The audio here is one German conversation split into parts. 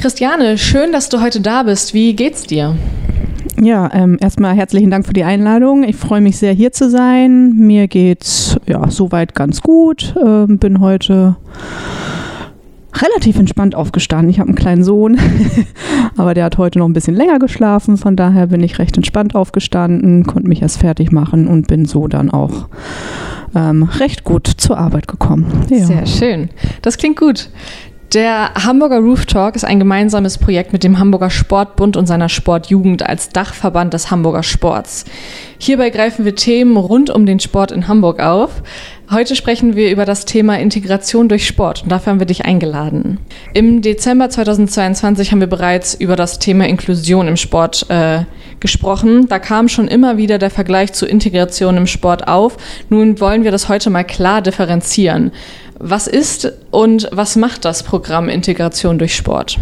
Christiane, schön, dass du heute da bist. Wie geht's dir? Ja, erstmal herzlichen Dank für die Einladung. Ich freue mich sehr, hier zu sein. Mir geht's soweit ganz gut. Bin heute relativ entspannt aufgestanden. Ich habe einen kleinen Sohn, aber der hat heute noch ein bisschen länger geschlafen. Von daher bin ich recht entspannt aufgestanden, konnte mich erst fertig machen und bin so dann auch recht gut zur Arbeit gekommen. Ja. Sehr schön. Das klingt gut. Der Hamburger Roof Talk ist ein gemeinsames Projekt mit dem Hamburger Sportbund und seiner Sportjugend als Dachverband des Hamburger Sports. Hierbei greifen wir Themen rund um den Sport in Hamburg auf. Heute sprechen wir über das Thema Integration durch Sport und dafür haben wir dich eingeladen. Im Dezember 2022 haben wir bereits über das Thema Inklusion im Sport gesprochen. Da kam schon immer wieder der Vergleich zu Integration im Sport auf. Nun wollen wir das heute mal klar differenzieren. Was ist und was macht das Programm Integration durch Sport?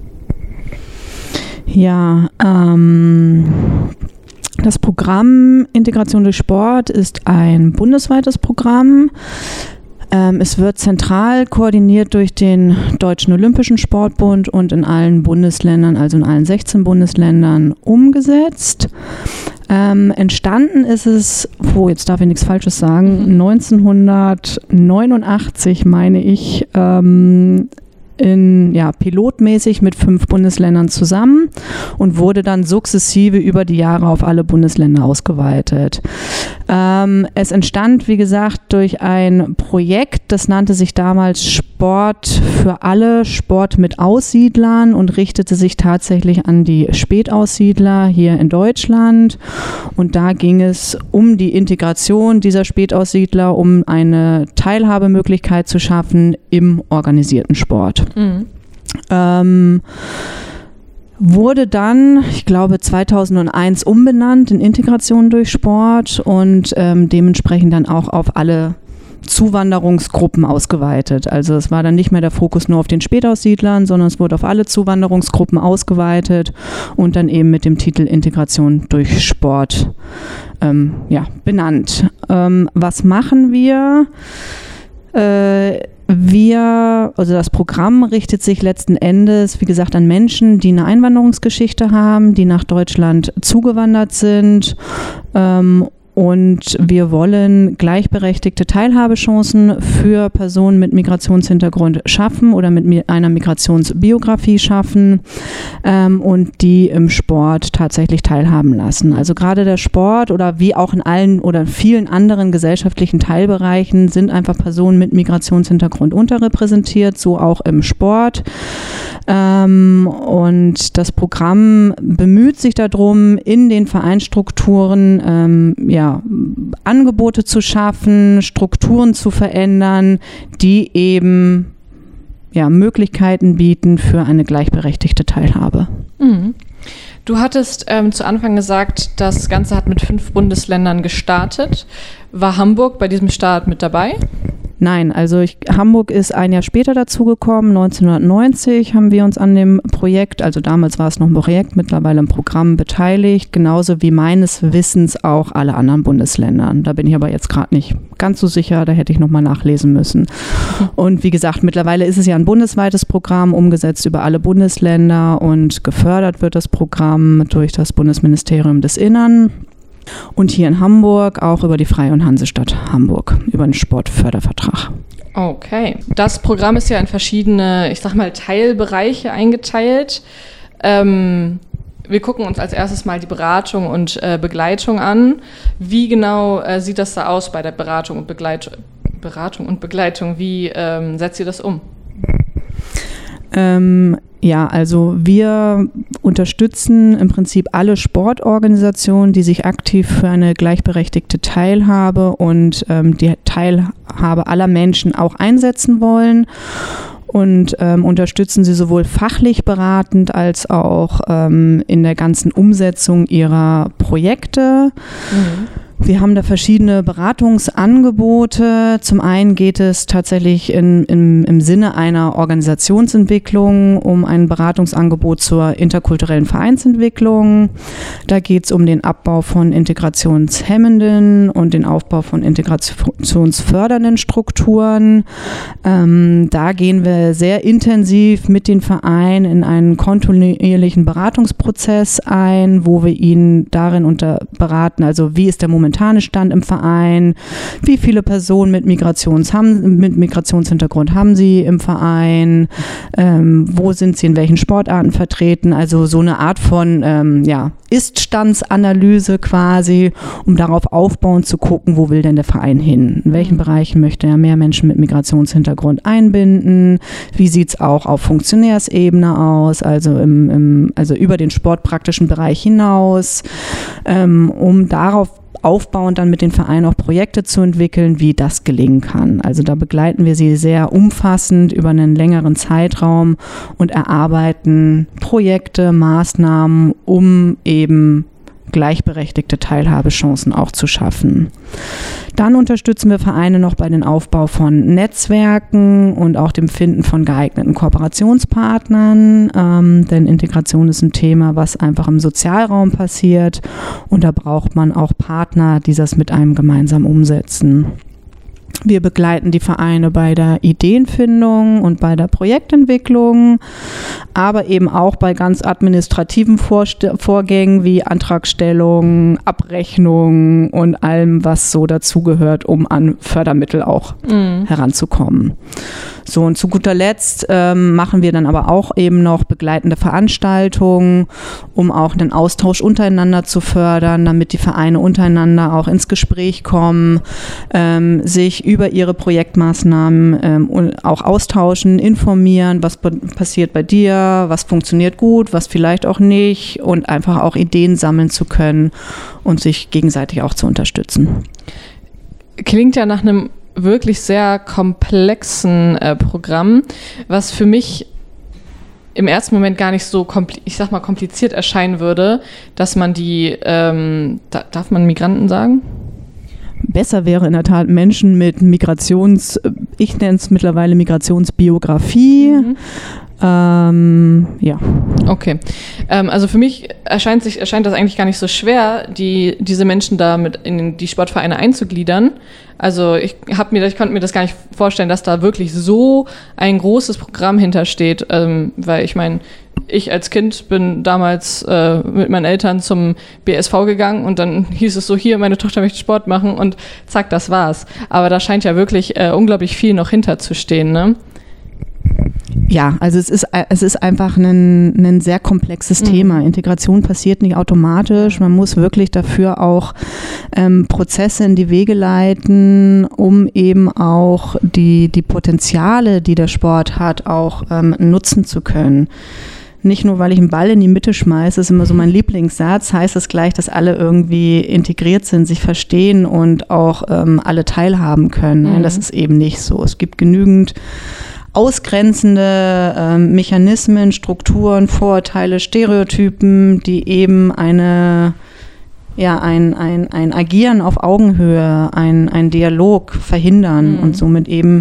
Ja, das Programm Integration durch Sport ist ein bundesweites Programm. Es wird zentral koordiniert durch den Deutschen Olympischen Sportbund und in allen Bundesländern, also in allen 16 Bundesländern, umgesetzt. Entstanden ist es, jetzt darf ich nichts Falsches sagen, 1989, meine ich, pilotmäßig mit 5 Bundesländern zusammen und wurde dann sukzessive über die Jahre auf alle Bundesländer ausgeweitet. Es entstand, wie gesagt, durch ein Projekt, das nannte sich damals Sport für alle, Sport mit Aussiedlern und richtete sich tatsächlich an die Spätaussiedler hier in Deutschland. Und da ging es um die Integration dieser Spätaussiedler, um eine Teilhabemöglichkeit zu schaffen im organisierten Sport. Wurde dann, ich glaube 2001 umbenannt in Integration durch Sport und dementsprechend dann auch auf alle Zuwanderungsgruppen ausgeweitet. Also es war dann nicht mehr der Fokus nur auf den Spätaussiedlern, sondern es wurde auf alle Zuwanderungsgruppen ausgeweitet und dann eben mit dem Titel Integration durch Sport benannt. Was machen wir? Das Programm richtet sich letzten Endes, wie gesagt, an Menschen, die eine Einwanderungsgeschichte haben, die nach Deutschland zugewandert sind. Und wir wollen gleichberechtigte Teilhabechancen für Personen mit Migrationshintergrund schaffen oder mit einer Migrationsbiografie schaffen und die im Sport tatsächlich teilhaben lassen. Also gerade der Sport oder wie auch in allen oder vielen anderen gesellschaftlichen Teilbereichen sind einfach Personen mit Migrationshintergrund unterrepräsentiert, so auch im Sport. Und das Programm bemüht sich darum, in den Vereinsstrukturen Angebote zu schaffen, Strukturen zu verändern, die eben Möglichkeiten bieten für eine gleichberechtigte Teilhabe. Mhm. Du hattest zu Anfang gesagt, das Ganze hat mit 5 Bundesländern gestartet. War Hamburg bei diesem Start mit dabei? Nein, also Hamburg ist ein Jahr später dazugekommen. 1990 haben wir uns an dem Projekt, also damals war es noch ein Projekt, mittlerweile im Programm beteiligt, genauso wie meines Wissens auch alle anderen Bundesländer. Da bin ich aber jetzt gerade nicht ganz so sicher, da hätte ich nochmal nachlesen müssen. Und wie gesagt, mittlerweile ist es ja ein bundesweites Programm, umgesetzt über alle Bundesländer und gefördert wird das Programm durch das Bundesministerium des Innern. Und hier in Hamburg auch über die Freie und Hansestadt Hamburg, über einen Sportfördervertrag. Okay. Das Programm ist ja in verschiedene, Teilbereiche eingeteilt. Wir gucken uns als erstes mal die Beratung und Begleitung an. Wie genau sieht das da aus bei der Beratung und Begleitung? Wie setzt ihr das um? Also wir unterstützen im Prinzip alle Sportorganisationen, die sich aktiv für eine gleichberechtigte Teilhabe und die Teilhabe aller Menschen auch einsetzen wollen und unterstützen sie sowohl fachlich beratend als auch in der ganzen Umsetzung ihrer Projekte. Mhm. Wir haben da verschiedene Beratungsangebote. Zum einen geht es tatsächlich im Sinne einer Organisationsentwicklung um ein Beratungsangebot zur interkulturellen Vereinsentwicklung. Da geht es um den Abbau von integrationshemmenden und den Aufbau von integrationsfördernden Strukturen. Da gehen wir sehr intensiv mit den Vereinen in einen kontinuierlichen Beratungsprozess ein, wo wir ihn darin beraten, also wie ist der momentane Stand im Verein, wie viele Personen mit Migrationshintergrund haben sie im Verein, wo sind sie in welchen Sportarten vertreten, also so eine Art von Ist-Standsanalyse quasi, um darauf aufbauend zu gucken, wo will denn der Verein hin, in welchen Bereichen möchte er mehr Menschen mit Migrationshintergrund einbinden, wie sieht es auch auf Funktionärsebene aus, also also über den sportpraktischen Bereich hinaus, um darauf aufbauend dann mit den Vereinen auch Projekte zu entwickeln, wie das gelingen kann. Also da begleiten wir sie sehr umfassend über einen längeren Zeitraum und erarbeiten Projekte, Maßnahmen, um eben gleichberechtigte Teilhabechancen auch zu schaffen. Dann unterstützen wir Vereine noch bei dem Aufbau von Netzwerken und auch dem Finden von geeigneten Kooperationspartnern, denn Integration ist ein Thema, was einfach im Sozialraum passiert und da braucht man auch Partner, die das mit einem gemeinsam umsetzen. Wir begleiten die Vereine bei der Ideenfindung und bei der Projektentwicklung, aber eben auch bei ganz administrativen Vorgängen wie Antragstellung, Abrechnung und allem, was so dazugehört, um an Fördermittel auch heranzukommen. So, und zu guter Letzt machen wir dann aber auch eben noch begleitende Veranstaltungen, um auch den Austausch untereinander zu fördern, damit die Vereine untereinander auch ins Gespräch kommen, sich über ihre Projektmaßnahmen auch austauschen, informieren, was passiert bei dir, was funktioniert gut, was vielleicht auch nicht und einfach auch Ideen sammeln zu können und sich gegenseitig auch zu unterstützen. Klingt ja nach einem wirklich sehr komplexen Programm, was für mich im ersten Moment gar nicht so kompliziert erscheinen würde, dass man die, darf man Migranten sagen? Besser wäre in der Tat Menschen mit ich nenne es mittlerweile Migrationsbiografie. Ja. Okay. Also für mich erscheint das eigentlich gar nicht so schwer, diese Menschen da mit in die Sportvereine einzugliedern. Also ich konnte mir das gar nicht vorstellen, dass da wirklich so ein großes Programm hintersteht, weil ich meine, ich als Kind bin damals mit meinen Eltern zum BSV gegangen und dann hieß es so, hier, meine Tochter möchte Sport machen und zack, das war's. Aber da scheint ja wirklich unglaublich viel noch hinterzustehen, ne? Ja, also es ist einfach ein sehr komplexes Thema. Integration passiert nicht automatisch. Man muss wirklich dafür auch Prozesse in die Wege leiten, um eben auch die Potenziale, die der Sport hat, auch nutzen zu können. Nicht nur, weil ich einen Ball in die Mitte schmeiße, ist immer so mein Lieblingssatz, heißt das gleich, dass alle irgendwie integriert sind, sich verstehen und auch alle teilhaben können. Nein, das ist eben nicht so. Es gibt genügend ausgrenzende Mechanismen, Strukturen, Vorurteile, Stereotypen, die eben ein Agieren auf Augenhöhe, ein Dialog verhindern und somit eben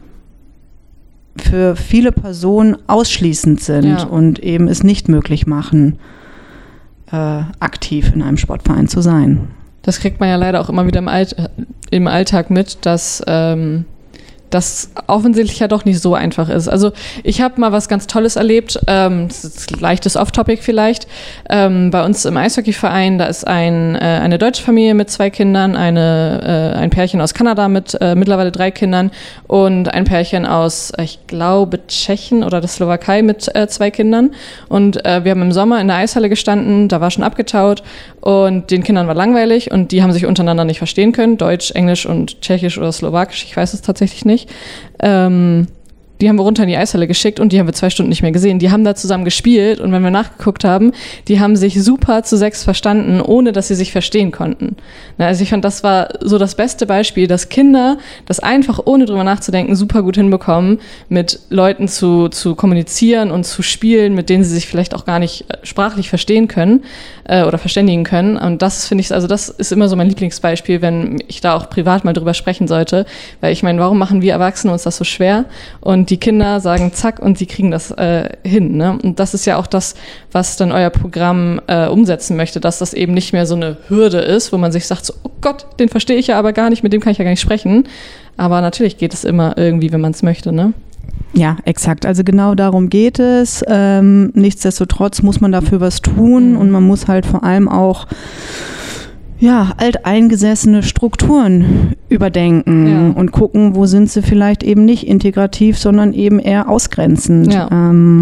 für viele Personen ausschließend sind und eben es nicht möglich machen, aktiv in einem Sportverein zu sein. Das kriegt man ja leider auch immer wieder im Alltag mit, dass das offensichtlich ja doch nicht so einfach ist. Also ich habe mal was ganz Tolles erlebt, das ist leichtes Off-Topic vielleicht. Bei uns im Eishockeyverein, da ist eine deutsche Familie mit 2 Kindern, ein Pärchen aus Kanada mit mittlerweile 3 Kindern und ein Pärchen aus, ich glaube, Tschechien oder der Slowakei mit 2 Kindern. Und wir haben im Sommer in der Eishalle gestanden, da war schon abgetaut und den Kindern war langweilig und die haben sich untereinander nicht verstehen können, Deutsch, Englisch und Tschechisch oder Slowakisch, ich weiß es tatsächlich nicht. Die die haben wir runter in die Eishalle geschickt und die haben wir 2 Stunden nicht mehr gesehen. Die haben da zusammen gespielt und wenn wir nachgeguckt haben, die haben sich super zu 6 verstanden, ohne dass sie sich verstehen konnten. Also ich fand, das war so das beste Beispiel, dass Kinder das einfach, ohne drüber nachzudenken, super gut hinbekommen, mit Leuten zu kommunizieren und zu spielen, mit denen sie sich vielleicht auch gar nicht sprachlich verstehen können oder verständigen können. Und das finde ich, also das ist immer so mein Lieblingsbeispiel, wenn ich da auch privat mal drüber sprechen sollte, weil ich meine, warum machen wir Erwachsene uns das so schwer? Und die Kinder sagen zack und sie kriegen das hin. Ne? Und das ist ja auch das, was dann euer Programm umsetzen möchte, dass das eben nicht mehr so eine Hürde ist, wo man sich sagt, so, oh Gott, den verstehe ich ja aber gar nicht, mit dem kann ich ja gar nicht sprechen. Aber natürlich geht es immer irgendwie, wenn man es möchte, ne? Ja, exakt. Also genau darum geht es. Nichtsdestotrotz muss man dafür was tun und man muss halt vor allem auch alteingesessene Strukturen überdenken und gucken, wo sind sie vielleicht eben nicht integrativ, sondern eben eher ausgrenzend. Ja.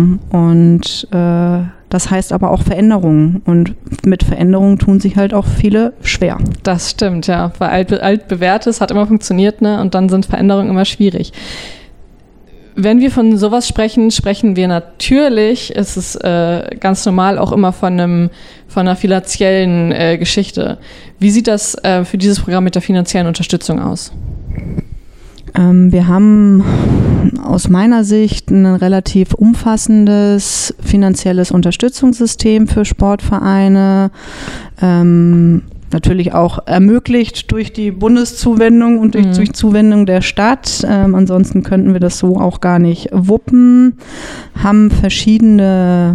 Das heißt aber auch Veränderungen und mit Veränderungen tun sich halt auch viele schwer. Das stimmt, ja, weil altbewährtes hat immer funktioniert, ne? Und dann sind Veränderungen immer schwierig. Wenn wir von sowas sprechen wir natürlich, es ist ganz normal auch immer von einer finanziellen Geschichte. Wie sieht das für dieses Programm mit der finanziellen Unterstützung aus? Wir haben aus meiner Sicht ein relativ umfassendes finanzielles Unterstützungssystem für Sportvereine. Natürlich auch ermöglicht durch die Bundeszuwendung und durch Zuwendung der Stadt. Ansonsten könnten wir das so auch gar nicht wuppen. Haben verschiedene,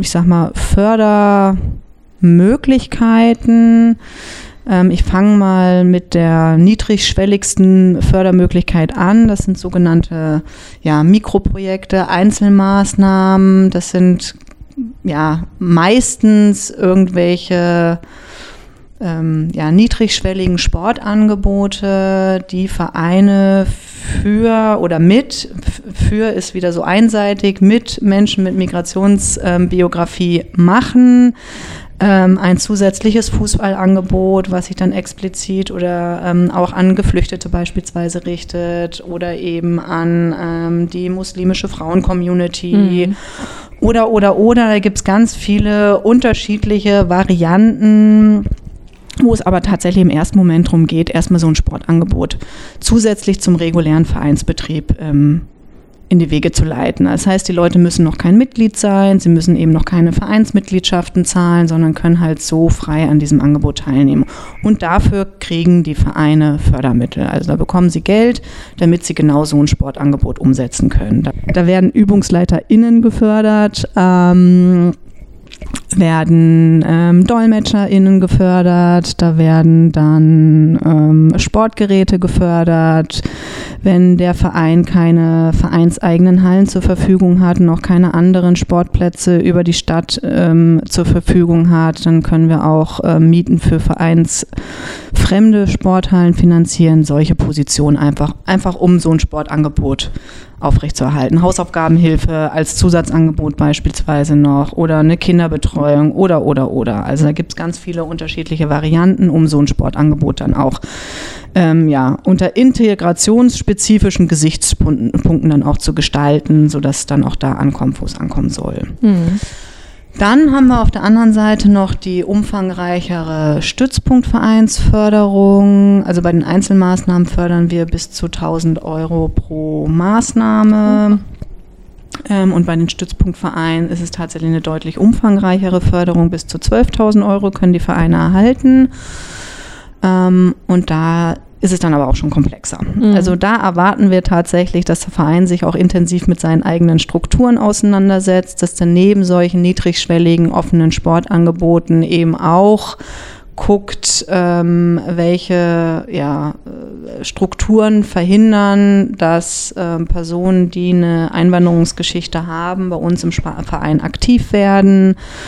Fördermöglichkeiten. Ich fange mal mit der niedrigschwelligsten Fördermöglichkeit an. Das sind sogenannte Mikroprojekte, Einzelmaßnahmen. Das sind meistens irgendwelche niedrigschwelligen Sportangebote, die Vereine für ist wieder so einseitig, mit Menschen mit Migrationsbiografie machen. Ein zusätzliches Fußballangebot, was sich dann explizit oder auch an Geflüchtete beispielsweise richtet oder eben an die muslimische Frauen-Community. Oder, da gibt es ganz viele unterschiedliche Varianten, wo es aber tatsächlich im ersten Moment darum geht, erstmal so ein Sportangebot zusätzlich zum regulären Vereinsbetrieb in die Wege zu leiten. Das heißt, die Leute müssen noch kein Mitglied sein, sie müssen eben noch keine Vereinsmitgliedschaften zahlen, sondern können halt so frei an diesem Angebot teilnehmen. Und dafür kriegen die Vereine Fördermittel. Also da bekommen sie Geld, damit sie genau so ein Sportangebot umsetzen können. Da werden ÜbungsleiterInnen gefördert, werden DolmetscherInnen gefördert, da werden dann Sportgeräte gefördert. Wenn der Verein keine vereinseigenen Hallen zur Verfügung hat und auch keine anderen Sportplätze über die Stadt zur Verfügung hat, dann können wir auch Mieten für vereinsfremde Sporthallen finanzieren. Solche Positionen einfach um so ein Sportangebot aufrechtzuerhalten. Hausaufgabenhilfe als Zusatzangebot beispielsweise noch oder eine Kinderbetreuung oder. Also da gibt es ganz viele unterschiedliche Varianten, um so ein Sportangebot dann auch unter integrationsspezifischen Gesichtspunkten dann auch zu gestalten, sodass es dann auch da ankommt, wo es ankommen soll. Dann haben wir auf der anderen Seite noch die umfangreichere Stützpunktvereinsförderung. Also bei den Einzelmaßnahmen fördern wir bis zu 1.000 Euro pro Maßnahme. Und bei den Stützpunktvereinen ist es tatsächlich eine deutlich umfangreichere Förderung. Bis zu 12.000 Euro können die Vereine erhalten. Und da ist es dann aber auch schon komplexer. Also da erwarten wir tatsächlich, dass der Verein sich auch intensiv mit seinen eigenen Strukturen auseinandersetzt, dass dann neben solchen niedrigschwelligen offenen Sportangeboten eben auch guckt, welche Strukturen verhindern, dass Personen, die eine Einwanderungsgeschichte haben, bei uns im Verein aktiv werden.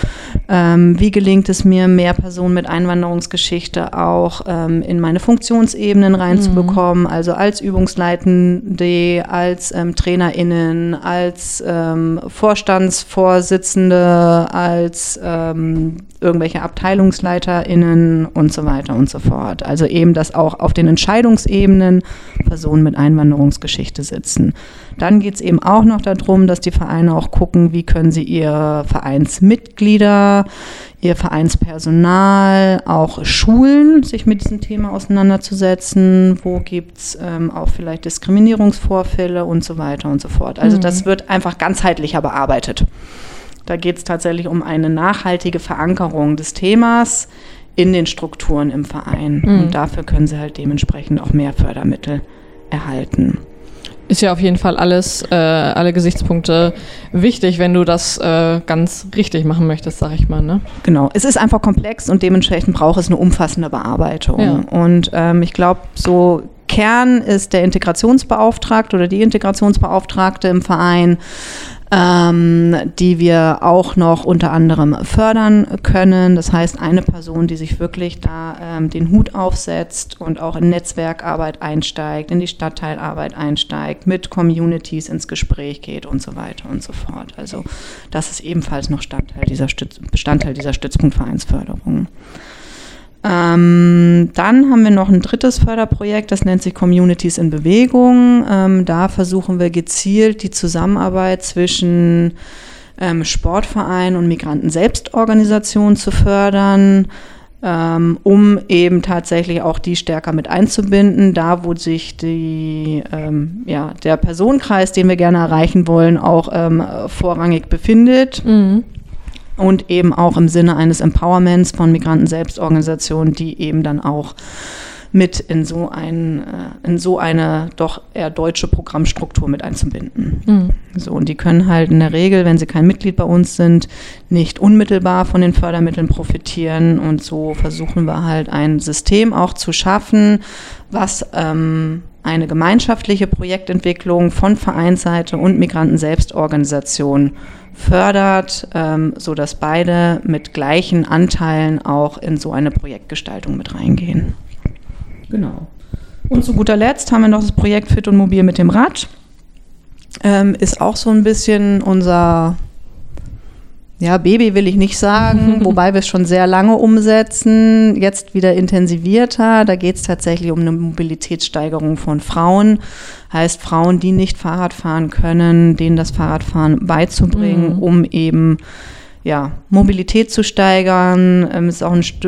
Wie gelingt es mir, mehr Personen mit Einwanderungsgeschichte auch in meine Funktionsebenen reinzubekommen, also als Übungsleitende, als TrainerInnen, als Vorstandsvorsitzende, als irgendwelche AbteilungsleiterInnen und so weiter und so fort. Also eben, dass auch auf den Entscheidungsebenen Personen mit Einwanderungsgeschichte sitzen. Dann geht es eben auch noch darum, dass die Vereine auch gucken, wie können sie ihre Vereinsmitglieder, ihr Vereinspersonal auch schulen, sich mit diesem Thema auseinanderzusetzen. Wo gibt es auch vielleicht Diskriminierungsvorfälle und so weiter und so fort. Also das wird einfach ganzheitlicher bearbeitet. Da geht es tatsächlich um eine nachhaltige Verankerung des Themas in den Strukturen im Verein. Und dafür können sie halt dementsprechend auch mehr Fördermittel erhalten. Ist ja auf jeden Fall alle Gesichtspunkte wichtig, wenn du das ganz richtig machen möchtest, sag ich mal, ne? Genau, es ist einfach komplex und dementsprechend braucht es eine umfassende Bearbeitung. Ja. Und ich glaube, so Kern ist der Integrationsbeauftragte oder die Integrationsbeauftragte im Verein, die wir auch noch unter anderem fördern können. Das heißt, eine Person, die sich wirklich da den Hut aufsetzt und auch in Netzwerkarbeit einsteigt, in die Stadtteilarbeit einsteigt, mit Communities ins Gespräch geht und so weiter und so fort. Also das ist ebenfalls noch Bestandteil dieser Stützpunktvereinsförderung. Dann haben wir noch ein drittes Förderprojekt, das nennt sich Communities in Bewegung. Da versuchen wir gezielt die Zusammenarbeit zwischen Sportvereinen und Migranten-Selbstorganisationen zu fördern, um eben tatsächlich auch die stärker mit einzubinden, da wo sich der Personenkreis, den wir gerne erreichen wollen, auch vorrangig befindet. Und eben auch im Sinne eines Empowerments von Migranten-Selbstorganisationen, die eben dann auch mit in so eine doch eher deutsche Programmstruktur mit einzubinden. So, und die können halt in der Regel, wenn sie kein Mitglied bei uns sind, nicht unmittelbar von den Fördermitteln profitieren. Und so versuchen wir halt ein System auch zu schaffen, was eine gemeinschaftliche Projektentwicklung von Vereinsseite und Migranten-Selbstorganisation fördert, sodass beide mit gleichen Anteilen auch in so eine Projektgestaltung mit reingehen. Genau. Und zu guter Letzt haben wir noch das Projekt Fit und Mobil mit dem Rad. Ist auch so ein bisschen unser Baby will ich nicht sagen, wobei wir es schon sehr lange umsetzen, jetzt wieder intensivierter. Da geht es tatsächlich um eine Mobilitätssteigerung von Frauen. Heißt Frauen, die nicht Fahrrad fahren können, denen das Fahrradfahren beizubringen, um eben Mobilität zu steigern. Ist auch es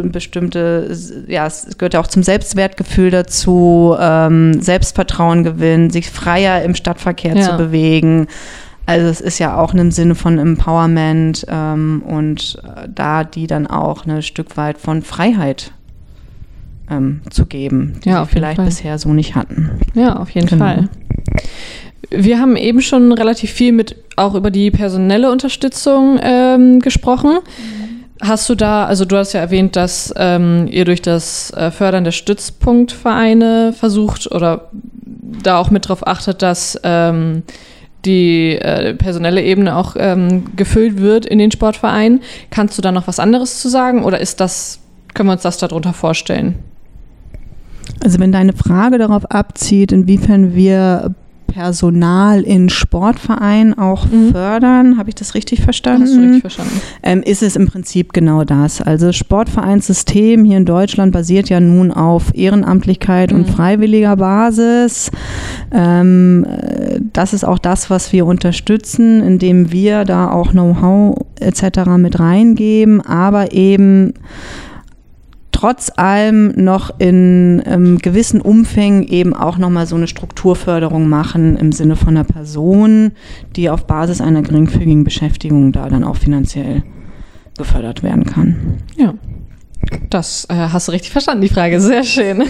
gehört ja auch zum Selbstwertgefühl dazu, Selbstvertrauen gewinnen, sich freier im Stadtverkehr zu bewegen. Also es ist ja auch im Sinne von Empowerment und da die dann auch ein Stück weit von Freiheit zu geben, die sie vielleicht bisher so nicht hatten. Ja, auf jeden Fall. Wir haben eben schon relativ viel auch über die personelle Unterstützung gesprochen. Hast du da, also du hast ja erwähnt, dass ihr durch das Fördern der Stützpunktvereine versucht oder da auch mit drauf achtet, dass die personelle Ebene auch gefüllt wird in den Sportvereinen. Kannst du da noch was anderes zu sagen oder können wir uns das darunter vorstellen? Also wenn deine Frage darauf abzieht, inwiefern wir Personal in Sportvereinen auch fördern, habe ich das richtig verstanden? Hast du richtig verstanden. Ist es im Prinzip genau das. Also Sportvereinssystem hier in Deutschland basiert ja nun auf Ehrenamtlichkeit und freiwilliger Basis. Das ist auch das, was wir unterstützen, indem wir da auch Know-how etc. mit reingeben, aber eben trotz allem noch in gewissen Umfängen eben auch nochmal so eine Strukturförderung machen im Sinne von einer Person, die auf Basis einer geringfügigen Beschäftigung da dann auch finanziell gefördert werden kann. Ja, das hast du richtig verstanden, die Frage. Sehr schön.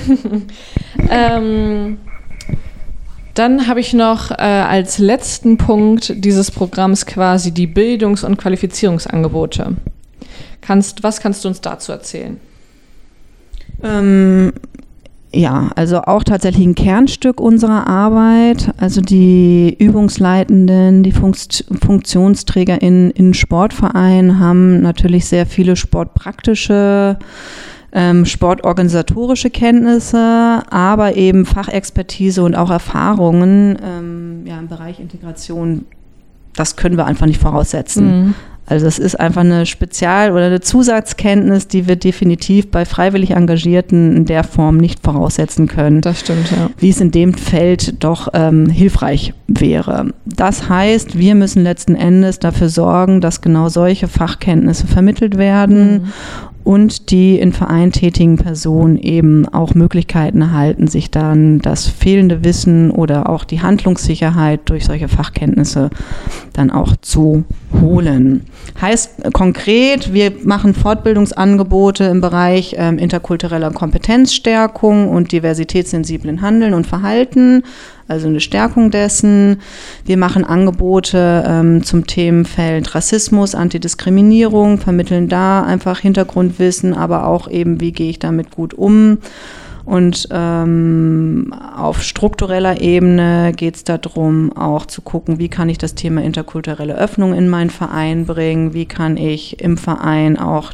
Dann habe ich noch als letzten Punkt dieses Programms quasi die Bildungs- und Qualifizierungsangebote. Was kannst du uns dazu erzählen? Ja, also auch tatsächlich ein Kernstück unserer Arbeit. Also die Übungsleitenden, die FunktionsträgerInnen in Sportvereinen haben natürlich sehr viele sportpraktische, sportorganisatorische Kenntnisse, aber eben Fachexpertise und auch Erfahrungen im Bereich Integration. Das können wir einfach nicht voraussetzen. Mhm. Also das ist einfach eine oder eine Zusatzkenntnis, die wir definitiv bei freiwillig Engagierten in der Form nicht voraussetzen können. Das stimmt, ja. Wie es in dem Feld doch hilfreich wäre. Das heißt, wir müssen letzten Endes dafür sorgen, dass genau solche Fachkenntnisse vermittelt werden und die in Verein tätigen Personen eben auch Möglichkeiten erhalten, sich dann das fehlende Wissen oder auch die Handlungssicherheit durch solche Fachkenntnisse dann auch zu holen. Heißt konkret, wir machen Fortbildungsangebote im Bereich interkultureller Kompetenzstärkung und diversitätssensiblen Handeln und Verhalten, also eine Stärkung dessen. Wir machen Angebote zum Themenfeld Rassismus, Antidiskriminierung, vermitteln da einfach Hintergrundwissen, aber auch eben, wie gehe ich damit gut um. Und auf struktureller Ebene geht es darum, auch zu gucken, wie kann ich das Thema interkulturelle Öffnung in meinen Verein bringen, wie kann ich im Verein auch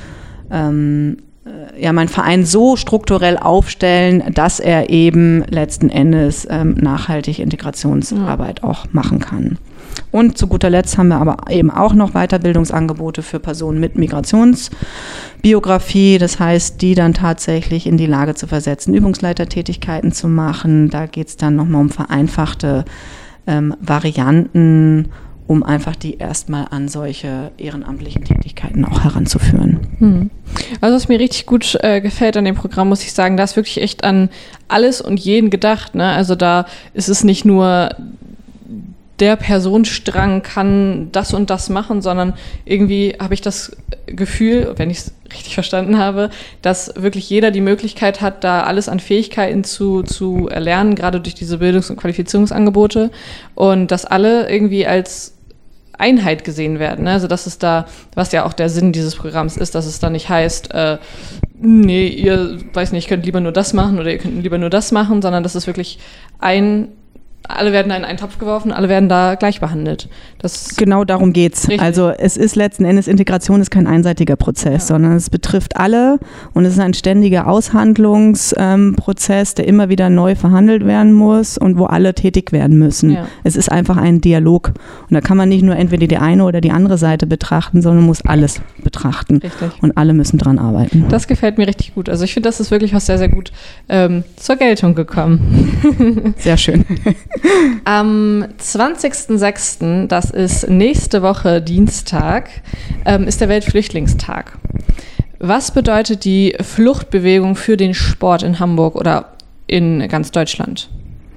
meinen Verein so strukturell aufstellen, dass er eben letzten Endes nachhaltig Integrationsarbeit auch machen kann. Und zu guter Letzt haben wir aber eben auch noch Weiterbildungsangebote für Personen mit Migrationsbiografie, das heißt, die dann tatsächlich in die Lage zu versetzen, Übungsleitertätigkeiten zu machen. Da geht es dann nochmal um vereinfachte Varianten, um einfach die erstmal an solche ehrenamtlichen Tätigkeiten auch heranzuführen. Also was mir richtig gut gefällt an dem Programm, muss ich sagen, da ist wirklich echt an alles und jeden gedacht, ne? Also da ist es nicht nur der Personenstrang kann das und das machen, sondern irgendwie habe ich das Gefühl, wenn ich es richtig verstanden habe, dass wirklich jeder die Möglichkeit hat, da alles an Fähigkeiten zu erlernen, gerade durch diese Bildungs- und Qualifizierungsangebote und dass alle irgendwie als Einheit gesehen werden. Ne? Also das ist da, was ja auch der Sinn dieses Programms ist, dass es da nicht heißt, nee, ihr, weiß nicht, könnt lieber nur das machen oder ihr könnt lieber nur das machen, sondern das ist wirklich alle werden da in einen Topf geworfen, alle werden da gleich behandelt. Genau darum geht's. Richtig. Also es ist letzten Endes, Integration ist kein einseitiger Prozess, sondern es betrifft alle und es ist ein ständiger Aushandlungsprozess, der immer wieder neu verhandelt werden muss und wo alle tätig werden müssen. Ja. Es ist einfach ein Dialog und da kann man nicht nur entweder die eine oder die andere Seite betrachten, sondern muss alles betrachten. Richtig. Und alle müssen dran arbeiten. Das gefällt mir richtig gut. Also ich finde, das ist wirklich was sehr, sehr gut zur Geltung gekommen. Sehr schön. Am 20.06., das ist nächste Woche Dienstag, ist der Weltflüchtlingstag. Was bedeutet die Fluchtbewegung für den Sport in Hamburg oder in ganz Deutschland?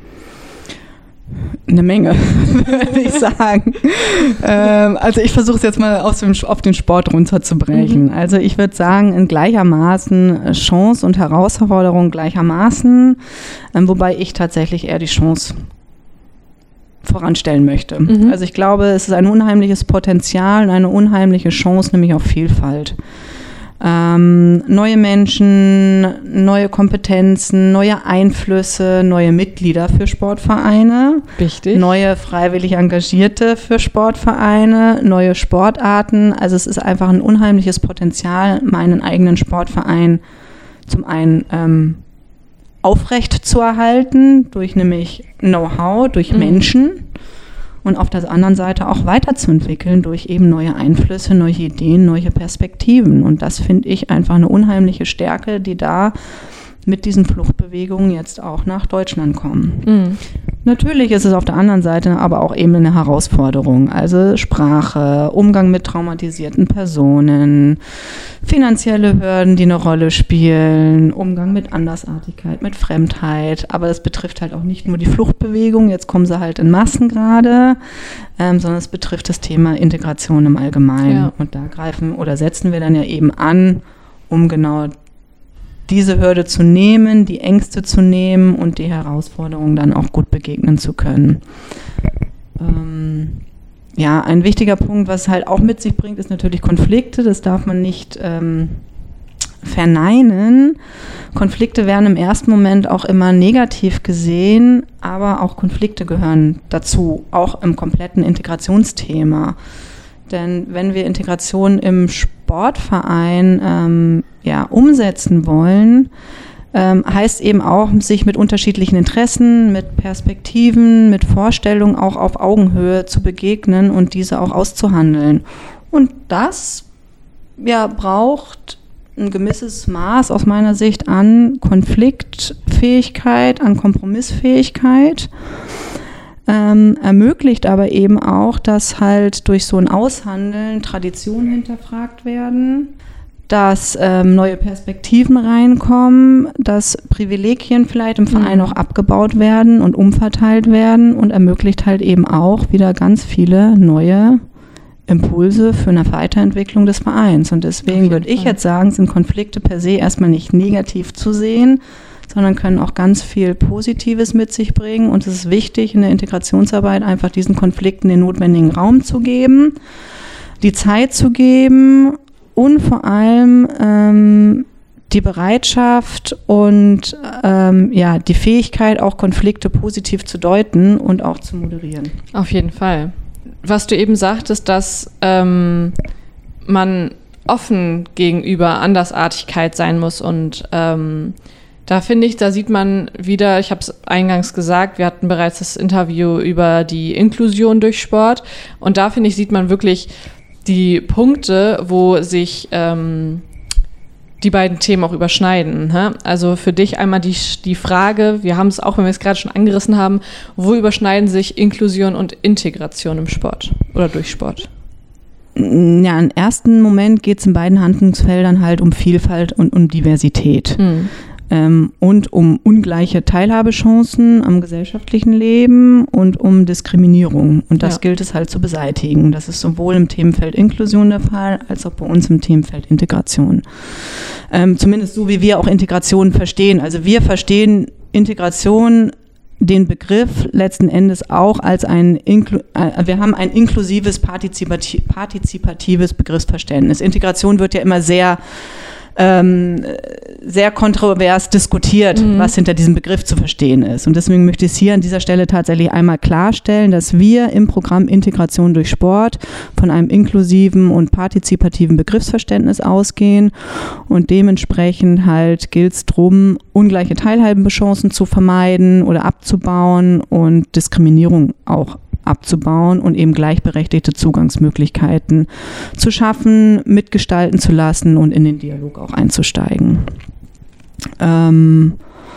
Eine Menge, würde ich sagen. Also ich versuche es jetzt mal auf den Sport runterzubrechen. Also ich würde sagen, in gleichermaßen Chance und Herausforderung gleichermaßen, wobei ich tatsächlich eher die Chance voranstellen möchte. Also ich glaube, es ist ein unheimliches Potenzial und eine unheimliche Chance, nämlich auf Vielfalt. Neue Menschen, neue Kompetenzen, neue Einflüsse, neue Mitglieder für Sportvereine, Richtig. Neue freiwillig Engagierte für Sportvereine, neue Sportarten. Also es ist einfach ein unheimliches Potenzial, meinen eigenen Sportverein zum einen aufrecht zu erhalten, durch nämlich Know-how, durch Menschen und auf der anderen Seite auch weiterzuentwickeln durch eben neue Einflüsse, neue Ideen, neue Perspektiven. Und das finde ich einfach eine unheimliche Stärke, die da mit diesen Fluchtbewegungen jetzt auch nach Deutschland kommen. Natürlich ist es auf der anderen Seite aber auch eben eine Herausforderung. Also Sprache, Umgang mit traumatisierten Personen, finanzielle Hürden, die eine Rolle spielen, Umgang mit Andersartigkeit, mit Fremdheit. Aber das betrifft halt auch nicht nur die Fluchtbewegung, jetzt kommen sie halt in Massen gerade, sondern es betrifft das Thema Integration im Allgemeinen. Ja. Und da setzen wir dann ja eben an, um genau diese Hürde zu nehmen, die Ängste zu nehmen und die Herausforderungen dann auch gut begegnen zu können. Ein wichtiger Punkt, was halt auch mit sich bringt, ist natürlich Konflikte. Das darf man nicht verneinen. Konflikte werden im ersten Moment auch immer negativ gesehen, aber auch Konflikte gehören dazu, auch im kompletten Integrationsthema. Denn wenn wir Integration im Sportverein umsetzen wollen, heißt eben auch, sich mit unterschiedlichen Interessen, mit Perspektiven, mit Vorstellungen auch auf Augenhöhe zu begegnen und diese auch auszuhandeln. Und das braucht ein gewisses Maß aus meiner Sicht an Konfliktfähigkeit, an Kompromissfähigkeit, ermöglicht aber eben auch, dass halt durch so ein Aushandeln Traditionen hinterfragt werden, dass neue Perspektiven reinkommen, dass Privilegien vielleicht im Verein auch abgebaut werden und umverteilt werden und ermöglicht halt eben auch wieder ganz viele neue Impulse für eine Weiterentwicklung des Vereins. Und deswegen würde ich jetzt sagen, sind Konflikte per se erstmal nicht negativ zu sehen, sondern können auch ganz viel Positives mit sich bringen. Und es ist wichtig, in der Integrationsarbeit einfach diesen Konflikten den notwendigen Raum zu geben, die Zeit zu geben und vor allem die Bereitschaft und die Fähigkeit, auch Konflikte positiv zu deuten und auch zu moderieren. Auf jeden Fall. Was du eben sagtest, dass man offen gegenüber Andersartigkeit sein muss und da finde ich, da sieht man wieder, ich habe es eingangs gesagt, wir hatten bereits das Interview über die Inklusion durch Sport und da finde ich, sieht man wirklich die Punkte, wo sich die beiden Themen auch überschneiden. Also für dich einmal die Frage, wir haben es auch, wenn wir es gerade schon angerissen haben, wo überschneiden sich Inklusion und Integration im Sport oder durch Sport? Ja, im ersten Moment geht es in beiden Handlungsfeldern halt um Vielfalt und um Diversität. Und um ungleiche Teilhabechancen am gesellschaftlichen Leben und um Diskriminierung. Und das gilt es halt zu beseitigen. Das ist sowohl im Themenfeld Inklusion der Fall, als auch bei uns im Themenfeld Integration. Zumindest so, wie wir auch Integration verstehen. Also wir verstehen Integration, den Begriff letzten Endes auch als wir haben ein inklusives, partizipatives Begriffsverständnis. Integration wird ja immer sehr kontrovers diskutiert, was hinter diesem Begriff zu verstehen ist. Und deswegen möchte ich es hier an dieser Stelle tatsächlich einmal klarstellen, dass wir im Programm Integration durch Sport von einem inklusiven und partizipativen Begriffsverständnis ausgehen und dementsprechend halt gilt es darum, ungleiche Teilhabechancen zu vermeiden oder abzubauen und Diskriminierung auch abzubauen und eben gleichberechtigte Zugangsmöglichkeiten zu schaffen, mitgestalten zu lassen und in den Dialog auch einzusteigen. Und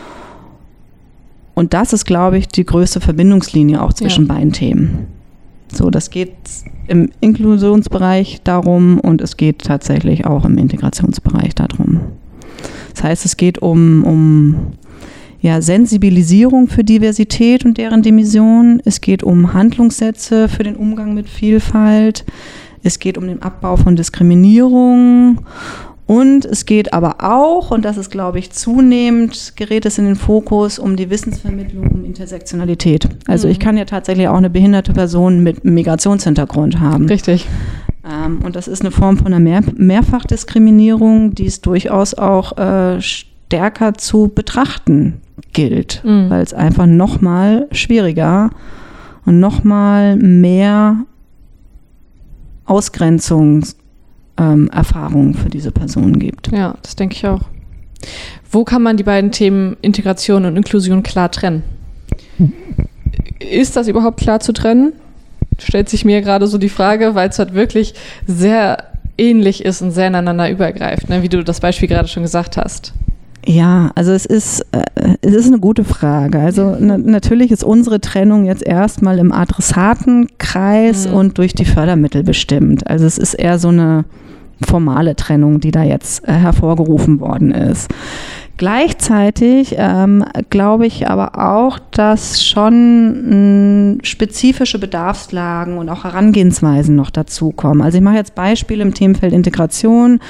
das ist, glaube ich, die größte Verbindungslinie auch zwischen beiden Themen. So, das geht im Inklusionsbereich darum und es geht tatsächlich auch im Integrationsbereich darum. Das heißt, es geht um Sensibilisierung für Diversität und deren Dimension. Es geht um Handlungssätze für den Umgang mit Vielfalt. Es geht um den Abbau von Diskriminierung. Und es geht aber auch, und das ist, glaube ich, zunehmend, gerät es in den Fokus, um die Wissensvermittlung, um Intersektionalität. Also ich kann ja tatsächlich auch eine behinderte Person mit Migrationshintergrund haben. Richtig. Und das ist eine Form von einer Mehrfachdiskriminierung, die es durchaus auch stärker zu betrachten gilt, weil es einfach nochmal schwieriger und nochmal mehr Ausgrenzungserfahrungen für diese Personen gibt. Ja, das denke ich auch. Wo kann man die beiden Themen Integration und Inklusion klar trennen? Ist das überhaupt klar zu trennen? Stellt sich mir gerade so die Frage, weil es halt wirklich sehr ähnlich ist und sehr ineinander übergreift, ne? Wie du das Beispiel gerade schon gesagt hast. Ja, also es ist eine gute Frage. Also natürlich ist unsere Trennung jetzt erstmal im Adressatenkreis und durch die Fördermittel bestimmt. Also es ist eher so eine formale Trennung, die da jetzt hervorgerufen worden ist. Gleichzeitig glaube ich aber auch, dass schon spezifische Bedarfslagen und auch Herangehensweisen noch dazukommen. Also ich mache jetzt Beispiele im Themenfeld Integration.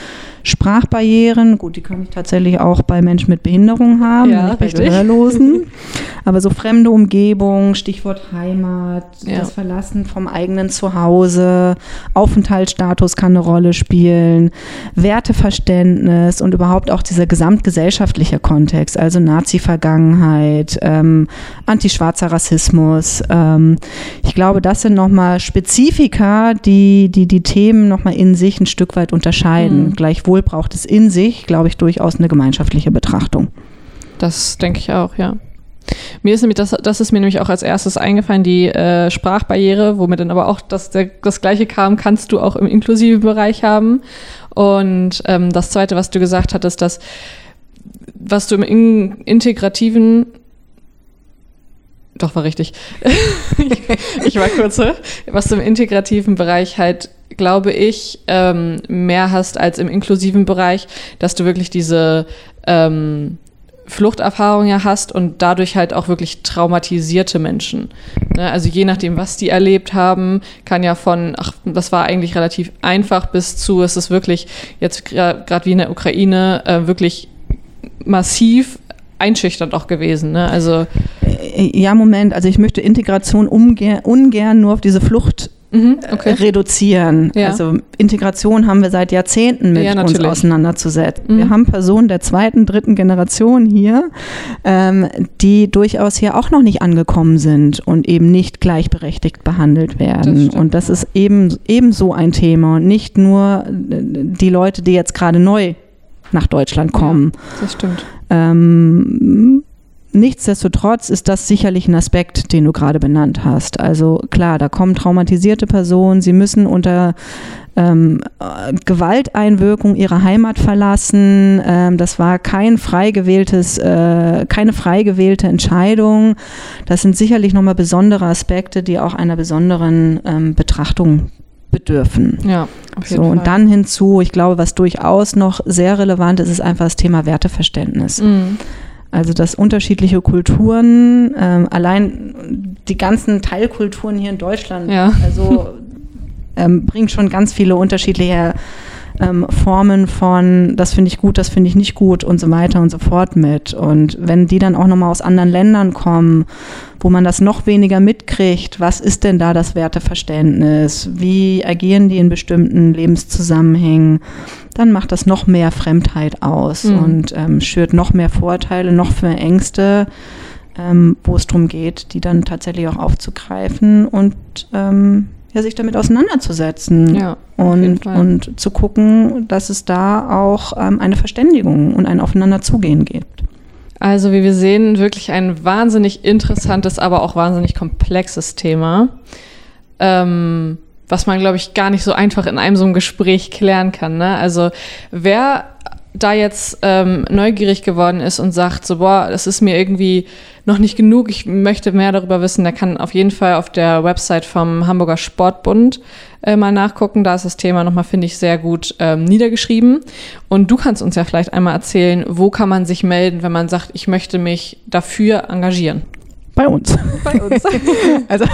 Sprachbarrieren, gut, die kann ich tatsächlich auch bei Menschen mit Behinderung haben, nicht bei Gehörlosen. Aber so fremde Umgebung, Stichwort Heimat, das Verlassen vom eigenen Zuhause, Aufenthaltsstatus kann eine Rolle spielen, Werteverständnis und überhaupt auch dieser gesamtgesellschaftliche Kontext, also Nazi-Vergangenheit, antischwarzer Rassismus. Ich glaube, das sind nochmal Spezifika, die Themen nochmal in sich ein Stück weit unterscheiden. Gleichwohl braucht es in sich, glaube ich, durchaus eine gemeinschaftliche Betrachtung. Das denke ich auch, ja. Mir ist nämlich, das ist mir nämlich auch als erstes eingefallen, die Sprachbarriere, womit dann aber auch das Gleiche kam, kannst du auch im inklusiven Bereich haben. Und das Zweite, was du gesagt hattest, dass was du im integrativen, doch war richtig, ich war kurz, was du im integrativen Bereich halt, glaube ich, mehr hast als im inklusiven Bereich, dass du wirklich diese Fluchterfahrung ja hast und dadurch halt auch wirklich traumatisierte Menschen. Ne? Also je nachdem, was die erlebt haben, kann ja von, das war eigentlich relativ einfach bis zu, es ist wirklich jetzt gerade wie in der Ukraine wirklich massiv einschüchternd auch gewesen. Ne? Also ja, Moment, also ich möchte Integration ungern nur auf diese Flucht reduzieren. Ja. Also Integration haben wir seit Jahrzehnten mit uns auseinanderzusetzen. Wir haben Personen der 2., 3. Generation hier, die durchaus hier auch noch nicht angekommen sind und eben nicht gleichberechtigt behandelt werden. Und das ist ebenso ein Thema und nicht nur die Leute, die jetzt gerade neu nach Deutschland kommen. Ja, das stimmt. Nichtsdestotrotz ist das sicherlich ein Aspekt, den du gerade benannt hast. Also klar, da kommen traumatisierte Personen, sie müssen unter Gewalteinwirkung ihre Heimat verlassen. Das war keine frei gewählte Entscheidung. Das sind sicherlich nochmal besondere Aspekte, die auch einer besonderen Betrachtung bedürfen. Ja, auf jeden Fall. Und dann hinzu, ich glaube, was durchaus noch sehr relevant ist, ist einfach das Thema Werteverständnis. Also dass unterschiedliche Kulturen, allein die ganzen Teilkulturen hier in Deutschland, bringen schon ganz viele unterschiedliche Formen von, das finde ich gut, das finde ich nicht gut und so weiter und so fort mit. Und wenn die dann auch nochmal aus anderen Ländern kommen, wo man das noch weniger mitkriegt, was ist denn da das Werteverständnis? Wie agieren die in bestimmten Lebenszusammenhängen? Dann macht das noch mehr Fremdheit aus und schürt noch mehr Vorurteile, noch mehr Ängste, wo es darum geht, die dann tatsächlich auch aufzugreifen und sich damit auseinanderzusetzen und zu gucken, dass es da auch eine Verständigung und ein Aufeinanderzugehen gibt. Also wie wir sehen, wirklich ein wahnsinnig interessantes, aber auch wahnsinnig komplexes Thema, was man, glaube ich, gar nicht so einfach in einem so einem Gespräch klären kann. Ne? Also wer da jetzt neugierig geworden ist und sagt so, boah, das ist mir irgendwie noch nicht genug, ich möchte mehr darüber wissen, der kann auf jeden Fall auf der Website vom Hamburger Sportbund mal nachgucken. Da ist das Thema nochmal, finde ich, sehr gut niedergeschrieben. Und du kannst uns ja vielleicht einmal erzählen, wo kann man sich melden, wenn man sagt, ich möchte mich dafür engagieren? Bei uns. Also,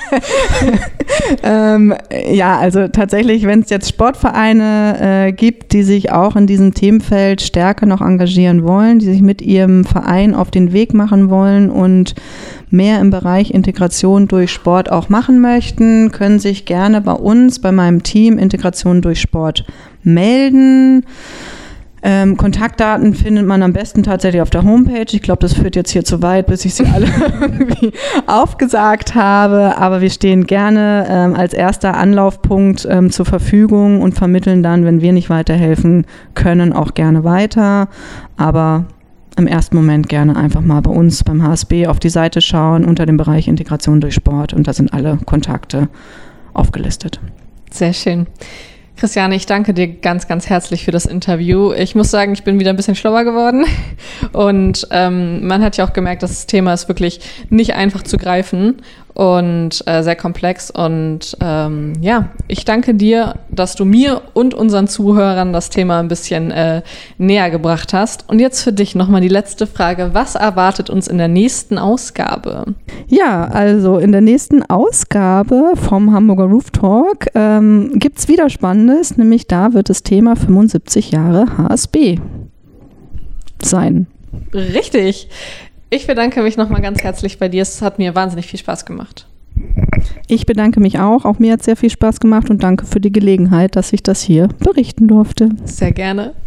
also tatsächlich, wenn es jetzt Sportvereine gibt, die sich auch in diesem Themenfeld stärker noch engagieren wollen, die sich mit ihrem Verein auf den Weg machen wollen und mehr im Bereich Integration durch Sport auch machen möchten, können sich gerne bei uns, bei meinem Team Integration durch Sport melden. Kontaktdaten findet man am besten tatsächlich auf der Homepage. Ich glaube, das führt jetzt hier zu weit, bis ich sie alle irgendwie aufgesagt habe. Aber wir stehen gerne als erster Anlaufpunkt zur Verfügung und vermitteln dann, wenn wir nicht weiterhelfen können, auch gerne weiter. Aber im ersten Moment gerne einfach mal bei uns beim HSB auf die Seite schauen unter dem Bereich Integration durch Sport und da sind alle Kontakte aufgelistet. Sehr schön. Christiane, ich danke dir ganz, ganz herzlich für das Interview. Ich muss sagen, ich bin wieder ein bisschen schlauer geworden und man hat ja auch gemerkt, dass das Thema ist wirklich nicht einfach zu greifen und sehr komplex und ich danke dir, dass du mir und unseren Zuhörern das Thema ein bisschen näher gebracht hast. Und jetzt für dich nochmal die letzte Frage. Was erwartet uns in der nächsten Ausgabe? Ja, also in der nächsten Ausgabe vom Hamburger Roof Talk gibt es wieder spannende Spannendes, nämlich da wird das Thema 75 Jahre HSB sein. Richtig. Ich bedanke mich nochmal ganz herzlich bei dir. Es hat mir wahnsinnig viel Spaß gemacht. Ich bedanke mich auch. Auch mir hat es sehr viel Spaß gemacht und danke für die Gelegenheit, dass ich das hier berichten durfte. Sehr gerne.